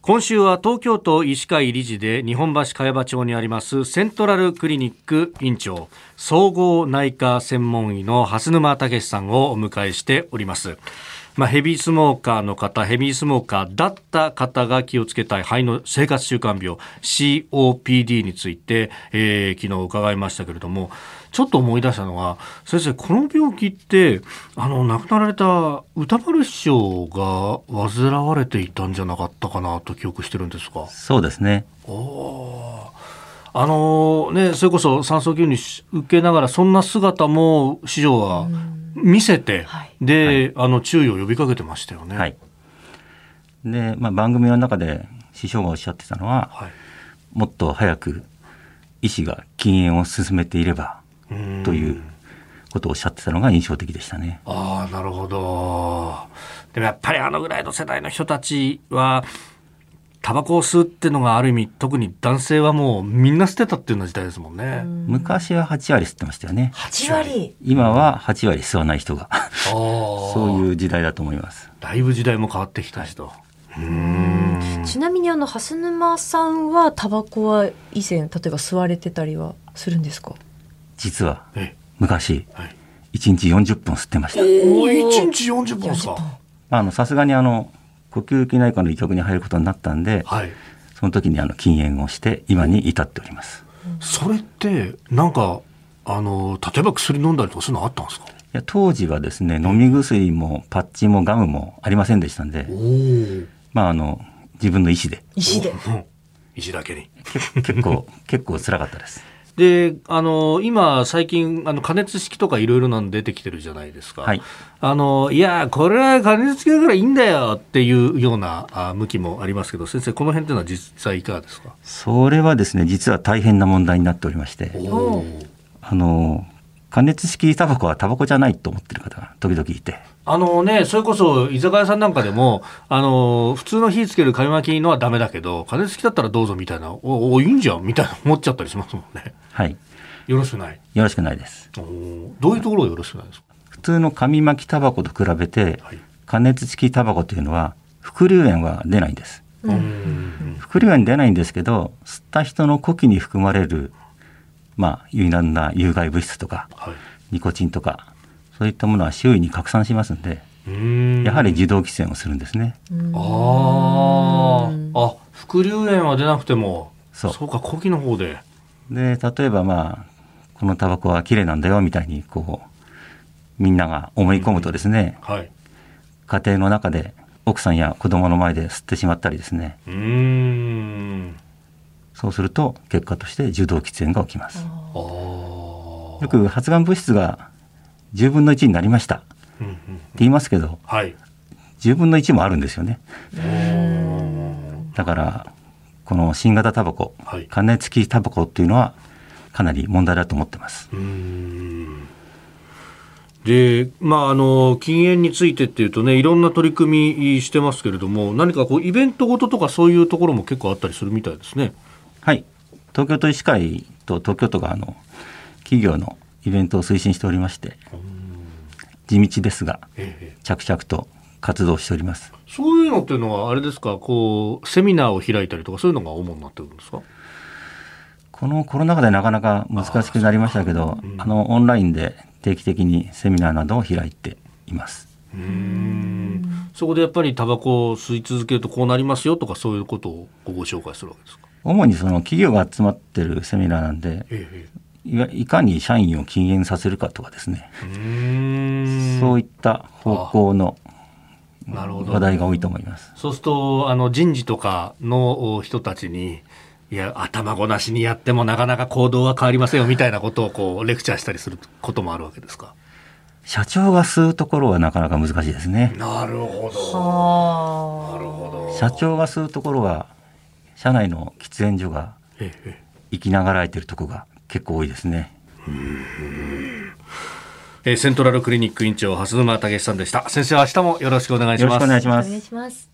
今週は東京都医師会理事で日本橋茅場町にありますセントラルクリニック院長、総合内科専門医の蓮沼武さんをお迎えしております。ヘビースモーカーの方、ヘビースモーカーだった方が気をつけたい肺の生活習慣病 COPD について、昨日伺いましたけれども、ちょっと思い出したのは、先生、この病気って亡くなられた歌丸師匠が患われていたんじゃなかったかなと記憶してるんですが。 そうですね。 それこそ酸素吸入受けながらそんな姿も師匠は見せて、で、注意を呼びかけてましたよね。 はい。で、番組の中で師匠がおっしゃってたのは、もっと早く医師が禁煙を進めていればということをおっしゃってたのが印象的でしたね。 なるほど。でもやっぱりぐらいの世代の人たちはタバコを吸うっていうのがある意味、特に男性はもうみんな捨てたっていうような時代ですもんね。 昔は8割吸ってましたよね。 8割。 今は8割吸わない人がそういう時代だと思います。 だいぶ時代も変わってきたしと。 ちなみに蓮沼さんはタバコは以前例えば吸われてたりはするんですか？ 実は昔、1日40分吸ってました。 1日40分ですか？ さすがに呼吸器内科の医局に入ることになったんで、その時に禁煙をして今に至っております。 それってなんか例えば薬飲んだりとかそういうのあったんですか？ いや、当時はですね、飲み薬もパッチもガムもありませんでしたんで、自分の意思で意思だけに結構辛かったです。 で、今最近加熱式とかいろいろなの出てきてるじゃないですか。いやこれは加熱式だからいいんだよっていうような向きもありますけど、先生、この辺っていうのは実際いかがですか？ それはですね、実は大変な問題になっておりまして、加熱式タバコはタバコじゃないと思ってる方が時々いて、 それこそ居酒屋さんなんかでも普通の火つける紙巻きのはダメだけど加熱式だったらどうぞみたいな、いいんじゃんみたいな思っちゃったりしますもんね。よろしくない？ よろしくないです。 どういうところがよろしくないですか？ 普通の紙巻きタバコと比べて、加熱式タバコというのは副流煙は出ないんです。副流煙出ないんですけど、吸った人の呼気に含まれる有難な有害物質とか、ニコチンとかそういったものは周囲に拡散しますんで、やはり受動喫煙をするんですね。 副流煙は出なくてもそうか、呼気の方で。 で、例えばこのタバコは綺麗なんだよみたいにみんなが思い込むとですね、家庭の中で奥さんや子供の前で吸ってしまったりですね、そうすると結果として受動喫煙が起きます。よく発がん物質が10分の1になりましたって言いますけど、10分の1もあるんですよね。だからこの新型タバコ、加熱式タバコっていうのはかなり問題だと思ってます。 で、禁煙についてっていうとね、いろんな取り組みしてますけれども、何かイベントごととかそういうところも結構あったりするみたいですね。 東京都医師会と東京都が企業のイベントを推進しておりまして、地道ですが着々と活動しております。 そういうのっていうのはあれですか、セミナーを開いたりとかそういうのが主になってるんですか？ このコロナ禍でなかなか難しくなりましたけど、オンラインで定期的にセミナーなどを開いています。 そこでやっぱりタバコを吸い続けるとこうなりますよとか、そういうことをご紹介するわけですか？ 主に企業が集まってるセミナーなんで、いかに社員を禁煙させるかとかですね、そういった方向の話題が多いと思います。 そうすると人事とかの人たちに、いや頭ごなしにやってもなかなか行動は変わりませんよみたいなことをレクチャーしたりすることもあるわけですか？ 社長が吸うところはなかなか難しいですね。 なるほど。 社長が吸うところは社内の喫煙所が生きながらえているところが結構多いですね。 セントラルクリニック院長蓮沼武さんでした。先生、明日もよろしくお願いします。 よろしくお願いします。 お願いします。